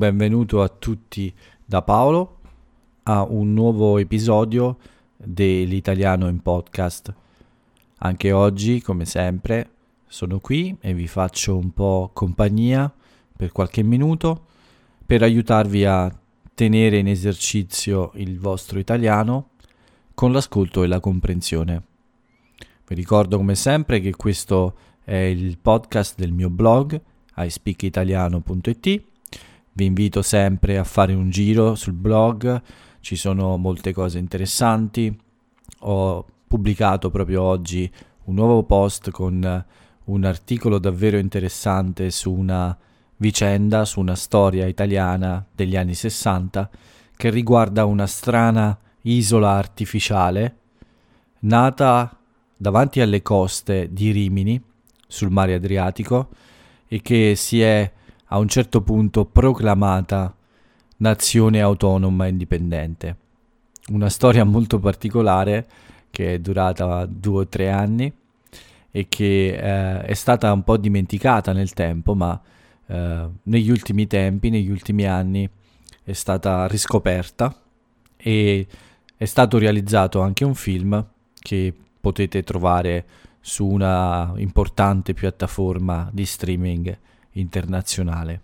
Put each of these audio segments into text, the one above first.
benvenuto a tutti da Paolo a un nuovo episodio dell'Italiano in Podcast. Anche oggi, come sempre, sono qui e vi faccio un po' compagnia per qualche minuto per aiutarvi a tenere in esercizio il vostro italiano con l'ascolto e la comprensione. Vi ricordo come sempre che questo è il podcast del mio blog ispeakitaliano.it. Vi invito sempre a fare un giro sul blog, ci sono molte cose interessanti. Ho pubblicato proprio oggi un nuovo post con un articolo davvero interessante su una vicenda, su una storia italiana degli anni 60 che riguarda una strana isola artificiale nata davanti alle coste di Rimini sul mare Adriatico e che si è a un certo punto proclamata nazione autonoma e indipendente. Una storia molto particolare che è durata 2 o 3 anni e che è stata un po' dimenticata nel tempo, ma negli ultimi tempi, negli ultimi anni è stata riscoperta e è stato realizzato anche un film che potete trovare su una importante piattaforma di streaming internazionale.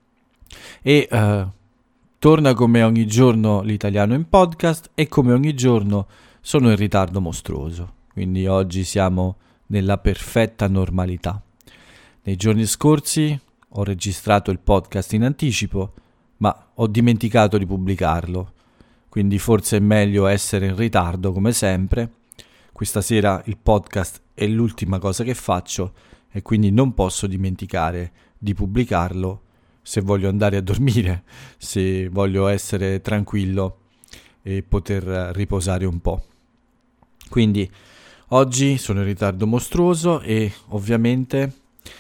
E torna come ogni giorno l'Italiano in Podcast e come ogni giorno sono in ritardo mostruoso, quindi oggi siamo nella perfetta normalità. Nei giorni scorsi ho registrato il podcast in anticipo, ma ho dimenticato di pubblicarlo, quindi forse è meglio essere in ritardo come sempre. Questa sera il podcast è l'ultima cosa che faccio e quindi non posso dimenticare di pubblicarlo se voglio andare a dormire, se voglio essere tranquillo e poter riposare un po'. Quindi oggi sono in ritardo mostruoso e ovviamente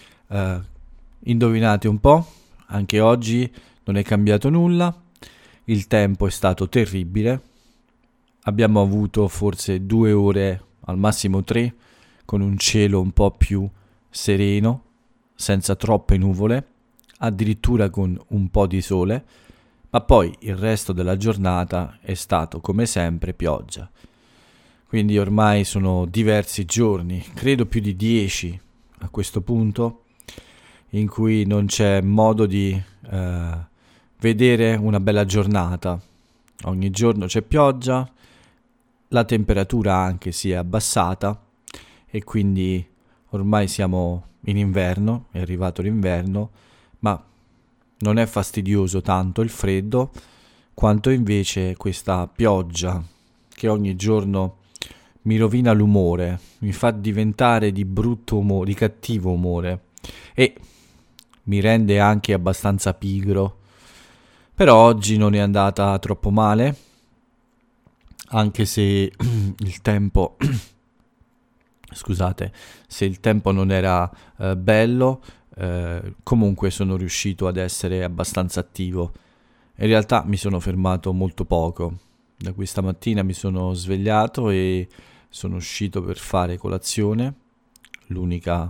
indovinate un po', anche oggi non è cambiato nulla, il tempo è stato terribile, abbiamo avuto forse 2 ore, al massimo 3, con un cielo un po' più sereno, senza troppe nuvole, addirittura con un po' di sole, ma poi il resto della giornata è stato come sempre pioggia. Quindi ormai sono diversi giorni, credo più di 10 a questo punto, in cui non c'è modo di vedere una bella giornata. Ogni giorno c'è pioggia, la temperatura anche si è abbassata e quindi ormai siamo in inverno, è arrivato l'inverno, ma non è fastidioso tanto il freddo quanto invece questa pioggia che ogni giorno mi rovina l'umore, mi fa diventare di brutto umore, di cattivo umore e mi rende anche abbastanza pigro. Però oggi non è andata troppo male, anche se il tempo scusate, se il tempo non era bello, comunque sono riuscito ad essere abbastanza attivo. In realtà mi sono fermato molto poco. Da questa mattina mi sono svegliato e sono uscito per fare colazione, l'unico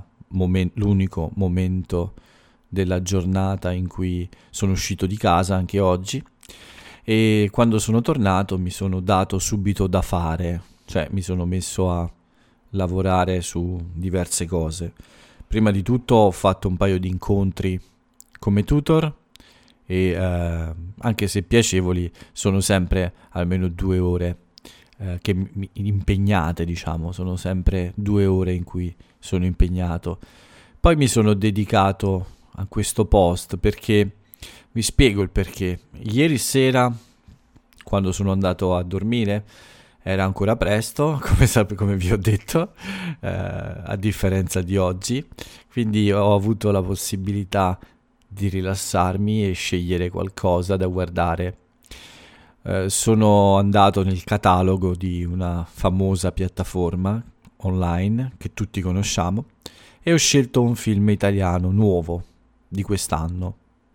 momento della giornata in cui sono uscito di casa anche oggi. E quando sono tornato mi sono dato subito da fare, cioè mi sono messo a lavorare su diverse cose. Prima di tutto ho fatto un paio di incontri come tutor e anche se piacevoli sono sempre almeno 2 ore che mi impegnate, diciamo, sono sempre 2 ore in cui sono impegnato. Poi mi sono dedicato a questo post perché vi spiego il perché. Ieri sera, quando sono andato a dormire, era ancora presto, come vi ho detto, a differenza di oggi, quindi ho avuto la possibilità di rilassarmi e scegliere qualcosa da guardare. Sono andato nel catalogo di una famosa piattaforma online che tutti conosciamo e ho scelto un film italiano nuovo di quest'anno.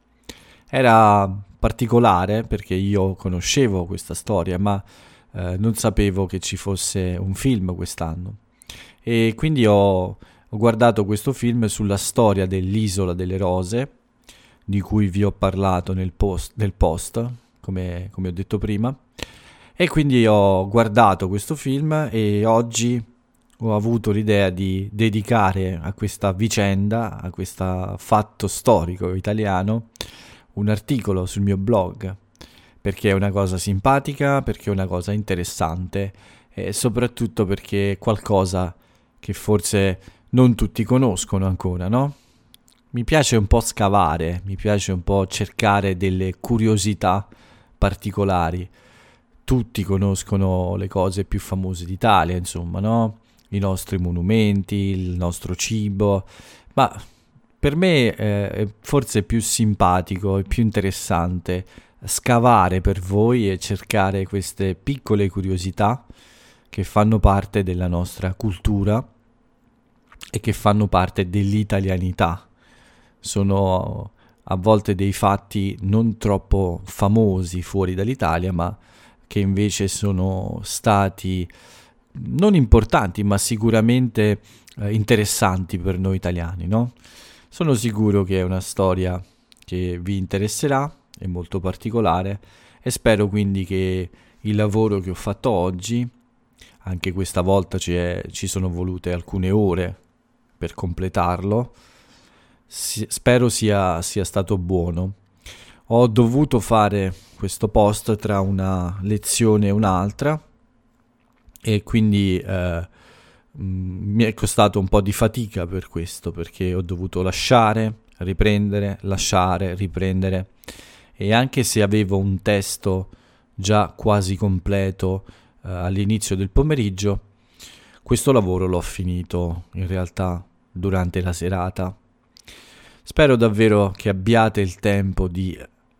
Era particolare perché io conoscevo questa storia, ma non sapevo che ci fosse un film quest'anno e quindi ho guardato questo film sulla storia dell'Isola delle Rose di cui vi ho parlato nel post, come ho detto prima. E quindi ho guardato questo film e oggi ho avuto l'idea di dedicare a questa vicenda, a questo fatto storico italiano, un articolo sul mio blog, perché è una cosa simpatica, perché è una cosa interessante e soprattutto perché è qualcosa che forse non tutti conoscono ancora, no? Mi piace un po' scavare, mi piace un po' cercare delle curiosità particolari. Tutti conoscono le cose più famose d'Italia, insomma, no? I nostri monumenti, il nostro cibo, ma per me è forse più simpatico e più interessante scavare per voi e cercare queste piccole curiosità che fanno parte della nostra cultura e che fanno parte dell'italianità. Sono a volte dei fatti non troppo famosi fuori dall'Italia, ma che invece sono stati non importanti, ma sicuramente interessanti per noi italiani, no? Sono sicuro che è una storia che vi interesserà, è molto particolare e spero quindi che il lavoro che ho fatto oggi, anche questa volta ci sono volute alcune ore per completarlo, spero sia stato buono. Ho dovuto fare questo post tra una lezione e un'altra e quindi mi è costato un po' di fatica per questo, perché ho dovuto lasciare, riprendere e anche se avevo un testo già quasi completo all'inizio del pomeriggio, questo lavoro l'ho finito in realtà durante la serata. Spero davvero che abbiate il tempo di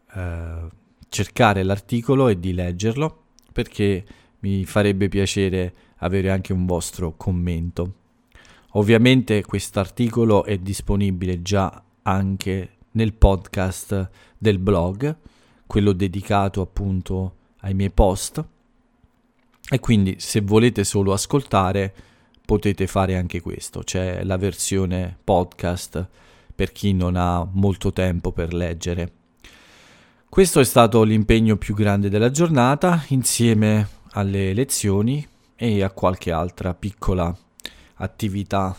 cercare l'articolo e di leggerlo, perché mi farebbe piacere avere anche un vostro commento. Ovviamente quest'articolo è disponibile già anche nel podcast del blog, quello dedicato appunto ai miei post, e quindi se volete solo ascoltare potete fare anche questo. C'è la versione podcast per chi non ha molto tempo per leggere. Questo è stato l'impegno più grande della giornata, insieme alle lezioni e a qualche altra piccola attività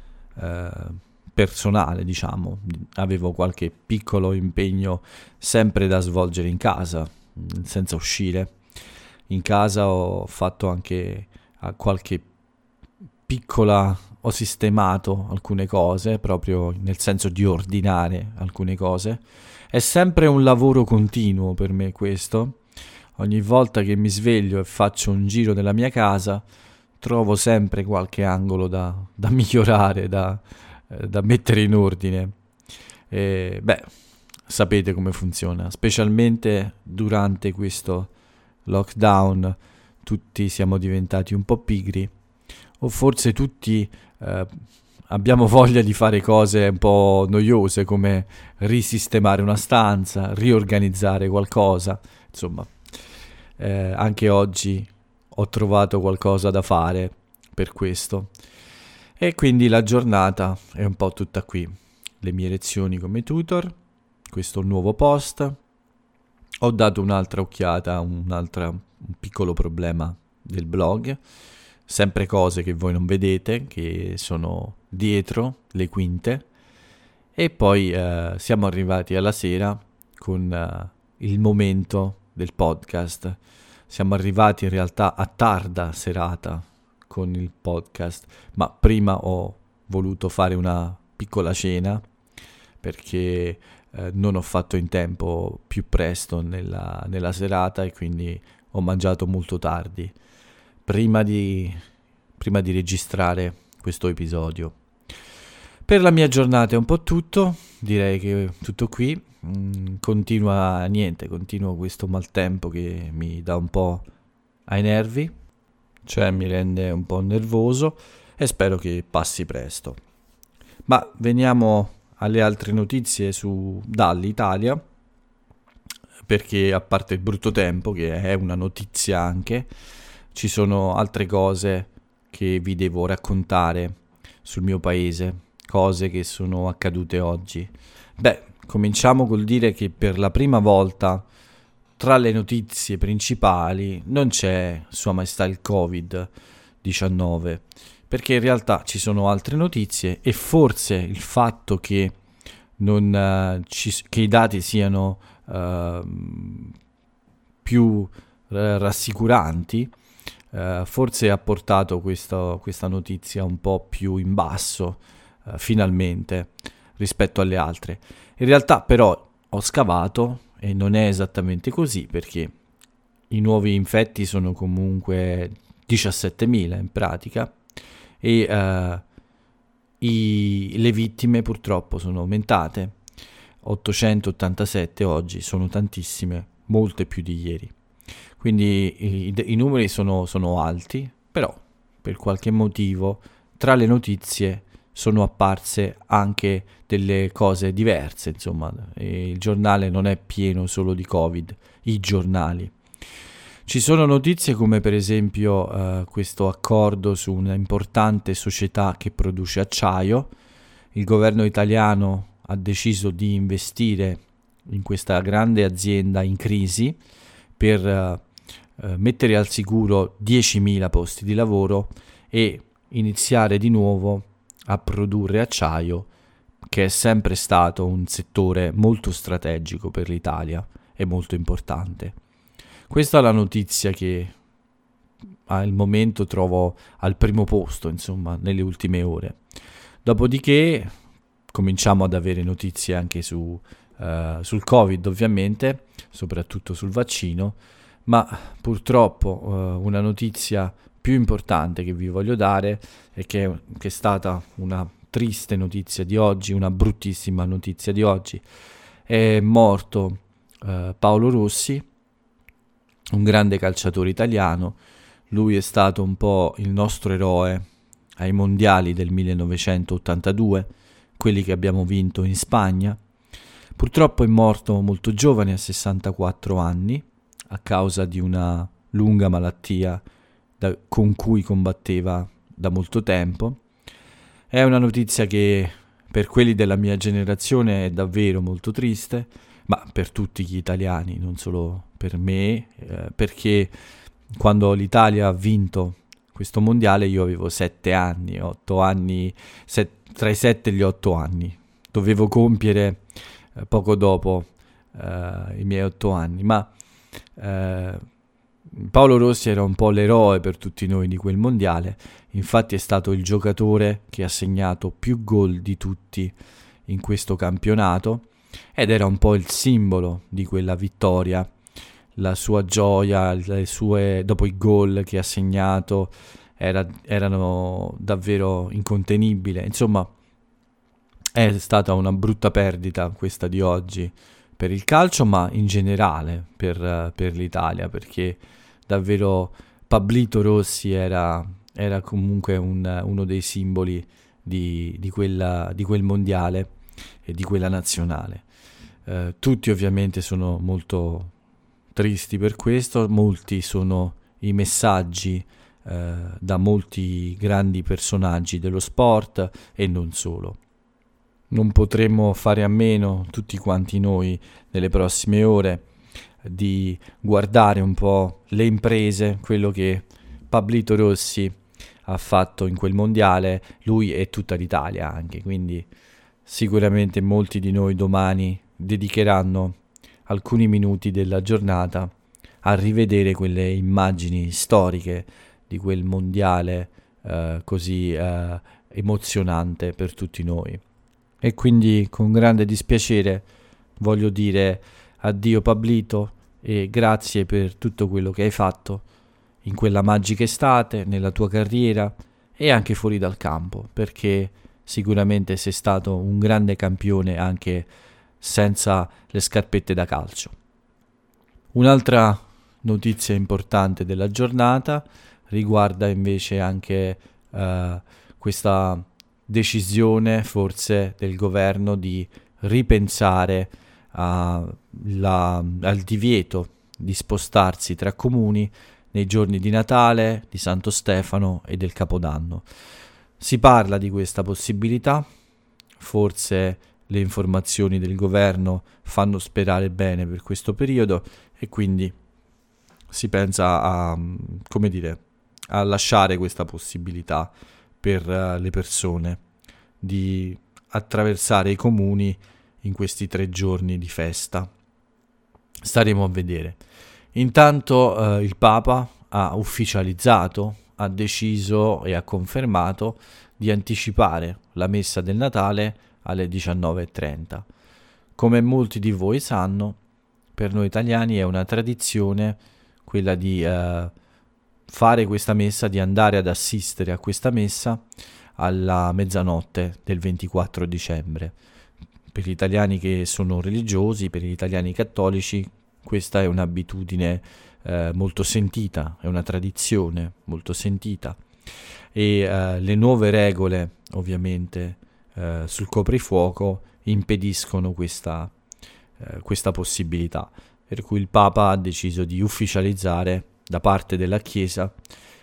personale, diciamo. Avevo qualche piccolo impegno sempre da svolgere in casa, senza uscire. In casa ho fatto anche qualche piccola, ho sistemato alcune cose, proprio nel senso di ordinare alcune cose. È sempre un lavoro continuo per me questo. Ogni volta che mi sveglio e faccio un giro della mia casa, trovo sempre qualche angolo da migliorare, da mettere in ordine. E, sapete come funziona, specialmente durante questo lockdown tutti siamo diventati un po' pigri, o forse tutti abbiamo voglia di fare cose un po' noiose, come risistemare una stanza, riorganizzare qualcosa. Insomma, anche oggi ho trovato qualcosa da fare per questo. E quindi la giornata è un po' tutta qui. Le mie lezioni come tutor, questo nuovo post. Ho dato un'altra occhiata a un piccolo problema del blog, sempre cose che voi non vedete, che sono dietro le quinte. E poi siamo arrivati alla sera con il momento del podcast. Siamo arrivati in realtà a tarda serata con il podcast, ma prima ho voluto fare una piccola cena perché non ho fatto in tempo più presto nella serata e quindi ho mangiato molto tardi prima di registrare questo episodio. Per la mia giornata è un po' tutto, direi che è tutto qui. Continuo questo maltempo che mi dà un po' ai nervi, cioè mi rende un po' nervoso e spero che passi presto. Ma veniamo alle altre notizie dall'Italia, perché a parte il brutto tempo, che è una notizia anche, ci sono altre cose che vi devo raccontare sul mio paese, cose che sono accadute oggi. cominciamo col dire che per la prima volta tra le notizie principali non c'è Sua Maestà il Covid-19, perché in realtà ci sono altre notizie e forse il fatto che, che i dati siano più rassicuranti, forse ha portato questa notizia un po' più in basso, finalmente, rispetto alle altre. In realtà però ho scavato e non è esattamente così, perché i nuovi infetti sono comunque 17.000 in pratica e le vittime purtroppo sono aumentate, 887 oggi, sono tantissime, molte più di ieri. Quindi i numeri sono alti, però per qualche motivo tra le notizie sono apparse anche delle cose diverse, insomma, e il giornale non è pieno solo di Covid, i giornali. Ci sono notizie come per esempio questo accordo su una importante società che produce acciaio. Il governo italiano ha deciso di investire in questa grande azienda in crisi per mettere al sicuro 10.000 posti di lavoro e iniziare di nuovo a produrre acciaio, che è sempre stato un settore molto strategico per l'Italia e molto importante. Questa è la notizia che al momento trovo al primo posto, insomma, nelle ultime ore. Dopodiché cominciamo ad avere notizie anche sul Covid, ovviamente, soprattutto sul vaccino, ma purtroppo una notizia più importante che vi voglio dare e che è stata una triste notizia di oggi, una bruttissima notizia di oggi. È morto Paolo Rossi, un grande calciatore italiano. Lui è stato un po' il nostro eroe ai mondiali del 1982, quelli che abbiamo vinto in Spagna. Purtroppo è morto molto giovane, a 64 anni, a causa di una lunga malattia con cui combatteva da molto tempo. È una notizia che per quelli della mia generazione è davvero molto triste, ma per tutti gli italiani, non solo per me, perché quando l'Italia ha vinto questo mondiale io avevo 7 anni, 8 anni, tra i 7 e gli 8 anni. Dovevo compiere poco dopo i miei 8 anni, ma Paolo Rossi era un po' l'eroe per tutti noi di quel mondiale. Infatti è stato il giocatore che ha segnato più gol di tutti in questo campionato ed era un po' il simbolo di quella vittoria. La sua gioia, le sue dopo i gol che ha segnato erano davvero incontenibili. Insomma, è stata una brutta perdita questa di oggi per il calcio, ma in generale per l'Italia, perché davvero Pablito Rossi era comunque uno dei simboli di quel mondiale e di quella nazionale. Tutti ovviamente sono molto tristi per questo, molti sono i messaggi da molti grandi personaggi dello sport e non solo. Non potremo fare a meno, tutti quanti noi, nelle prossime ore, di guardare un po' le imprese, quello che Pablito Rossi ha fatto in quel mondiale, lui e tutta l'Italia anche, quindi sicuramente molti di noi domani dedicheranno alcuni minuti della giornata a rivedere quelle immagini storiche di quel mondiale così emozionante per tutti noi. E quindi con grande dispiacere voglio dire addio Pablito e grazie per tutto quello che hai fatto in quella magica estate, nella tua carriera e anche fuori dal campo, perché sicuramente sei stato un grande campione anche senza le scarpette da calcio. Un'altra notizia importante della giornata riguarda invece anche questa decisione forse del governo di ripensare al divieto di spostarsi tra comuni nei giorni di Natale, di Santo Stefano e del Capodanno. Si parla di questa possibilità, forse le informazioni del governo fanno sperare bene per questo periodo e quindi si pensa a, come dire, a lasciare questa possibilità per le persone di attraversare i comuni in questi 3 giorni di festa. Staremo a vedere. Intanto il Papa ha ufficializzato, ha deciso e ha confermato di anticipare la messa del Natale alle 19:30. Come molti di voi sanno, per noi italiani è una tradizione quella di fare questa messa, di andare ad assistere a questa messa alla mezzanotte del 24 dicembre. Per gli italiani che sono religiosi, per gli italiani cattolici, questa è un'abitudine molto sentita, è una tradizione molto sentita. E le nuove regole, ovviamente, sul coprifuoco impediscono questa possibilità, per cui il Papa ha deciso di ufficializzare da parte della Chiesa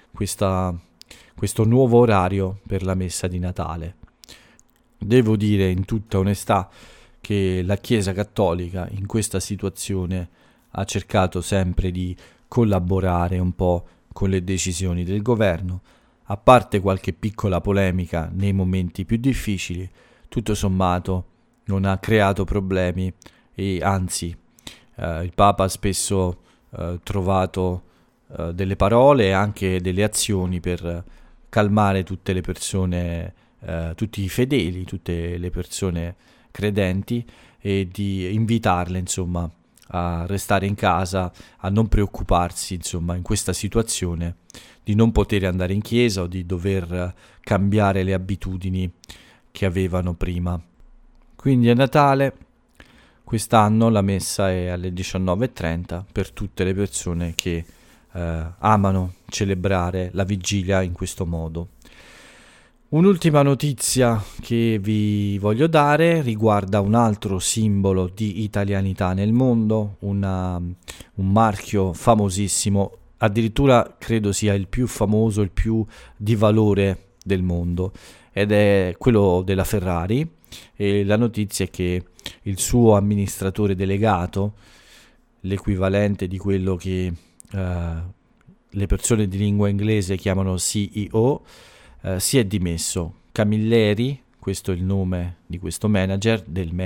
questo nuovo orario per la messa di Natale. Devo dire in tutta onestà che la Chiesa Cattolica in questa situazione ha cercato sempre di collaborare un po' con le decisioni del governo, a parte qualche piccola polemica nei momenti più difficili, tutto sommato non ha creato problemi e anzi il Papa ha spesso trovato delle parole e anche delle azioni per calmare tutte le persone, tutti i fedeli, tutte le persone credenti e di invitarle insomma a restare in casa, a non preoccuparsi insomma in questa situazione di non poter andare in chiesa o di dover cambiare le abitudini che avevano prima. Quindi a Natale quest'anno la messa è alle 19:30 per tutte le persone che amano celebrare la vigilia in questo modo. Un'ultima notizia che vi voglio dare riguarda un altro simbolo di italianità nel mondo, un marchio famosissimo, addirittura credo sia il più famoso, il più di valore del mondo, ed è quello della Ferrari. E la notizia è che il suo amministratore delegato, l'equivalente di quello che le persone di lingua inglese chiamano CEO, si è dimesso. Camilleri, questo è il nome di questo manager,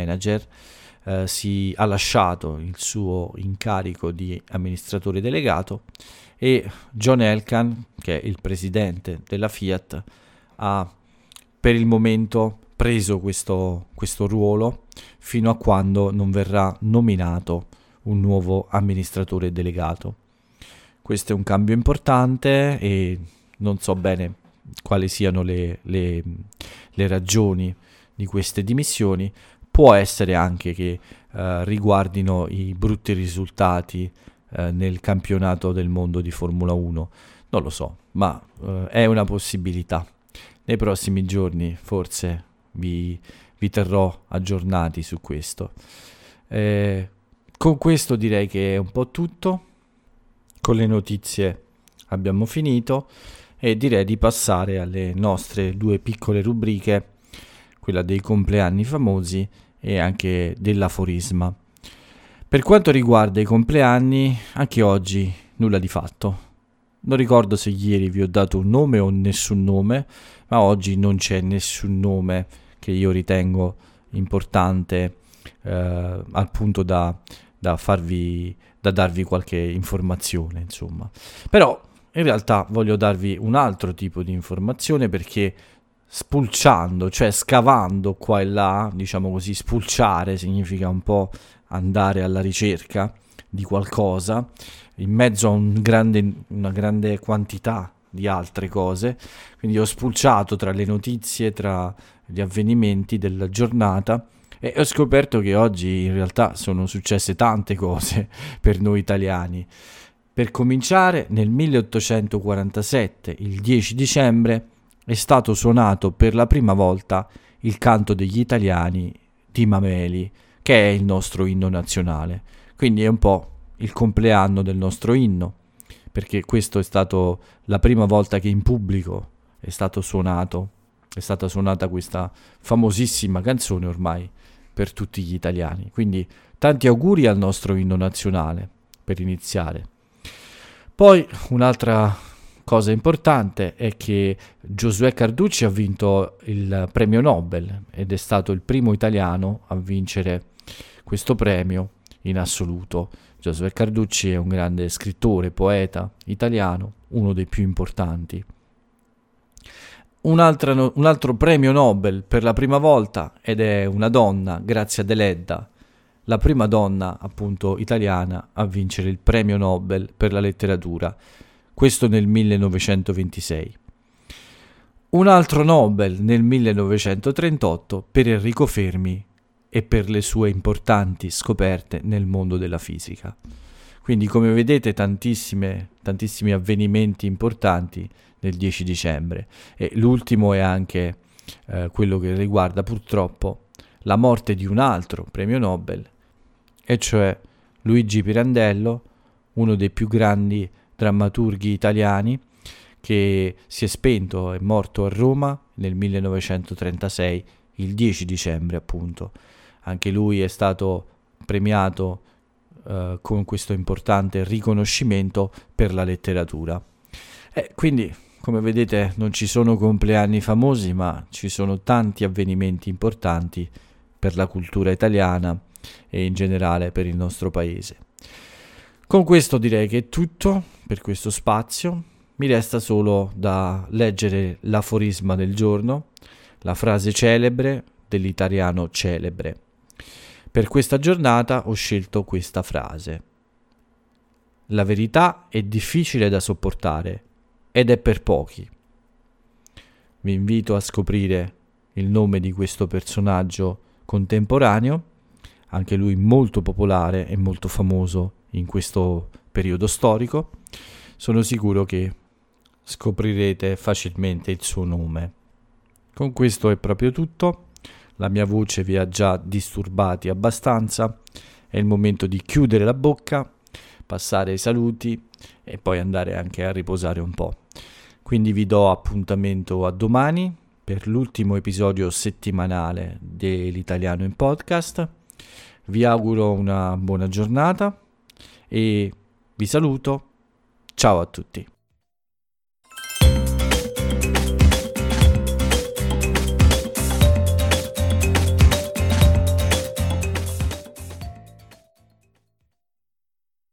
si ha lasciato il suo incarico di amministratore delegato e John Elkann, che è il presidente della Fiat, ha per il momento preso questo ruolo fino a quando non verrà nominato un nuovo amministratore delegato. Questo è un cambio importante e non so bene quali siano le ragioni di queste dimissioni. Può essere anche che riguardino i brutti risultati nel campionato del mondo di Formula 1, non lo so, ma è una possibilità. Nei prossimi giorni forse vi terrò aggiornati su questo. Con questo direi che è un po' tutto. Con le notizie abbiamo finito e direi di passare alle nostre 2 piccole rubriche, quella dei compleanni famosi e anche dell'aforisma. Per quanto riguarda i compleanni, anche oggi nulla di fatto. Non ricordo se ieri vi ho dato un nome o nessun nome, ma oggi non c'è nessun nome che io ritengo importante al punto da darvi qualche informazione, insomma. Però in realtà voglio darvi un altro tipo di informazione, perché spulciando, cioè scavando qua e là, diciamo così, spulciare significa un po' andare alla ricerca di qualcosa in mezzo a una grande quantità di altre cose. Quindi ho spulciato tra le notizie, tra gli avvenimenti della giornata, e ho scoperto che oggi in realtà sono successe tante cose per noi italiani. Per cominciare, nel 1847, il 10 dicembre, è stato suonato per la prima volta il canto degli italiani di Mameli, che è il nostro inno nazionale. Quindi è un po' il compleanno del nostro inno, perché questo è stato la prima volta che in pubblico è stata suonata questa famosissima canzone ormai per tutti gli italiani. Quindi tanti auguri al nostro inno nazionale per iniziare. Poi un'altra cosa importante è che Giosuè Carducci ha vinto il premio Nobel ed è stato il primo italiano a vincere questo premio in assoluto. Giosuè Carducci è un grande scrittore, poeta italiano, uno dei più importanti. Un altro premio Nobel per la prima volta, ed è una donna, Grazia Deledda, la prima donna appunto italiana a vincere il premio Nobel per la letteratura, questo nel 1926. Un altro Nobel nel 1938 per Enrico Fermi e per le sue importanti scoperte nel mondo della fisica. Quindi, come vedete, tantissimi avvenimenti importanti nel 10 dicembre. E l'ultimo è anche quello che riguarda purtroppo la morte di un altro premio Nobel, e cioè Luigi Pirandello, uno dei più grandi drammaturghi italiani, che si è spento, è morto a Roma nel 1936, il 10 dicembre appunto. Anche lui è stato premiato con questo importante riconoscimento per la letteratura. Quindi, come vedete, non ci sono compleanni famosi, ma ci sono tanti avvenimenti importanti per la cultura italiana e in generale per il nostro paese. Con questo direi che è tutto per questo spazio. Mi resta solo da leggere l'aforisma del giorno, la frase celebre dell'italiano celebre. Per questa giornata ho scelto questa frase: la verità è difficile da sopportare ed è per pochi. Vi invito a scoprire il nome di questo personaggio contemporaneo, anche lui molto popolare e molto famoso in questo periodo storico. Sono sicuro che scoprirete facilmente il suo nome. Con questo è proprio tutto. La mia voce vi ha già disturbati abbastanza. È il momento di chiudere la bocca, passare ai saluti e poi andare anche a riposare un po'. Quindi vi do appuntamento a domani per l'ultimo episodio settimanale dell'Italiano in Podcast. Vi auguro una buona giornata e vi saluto. Ciao a tutti.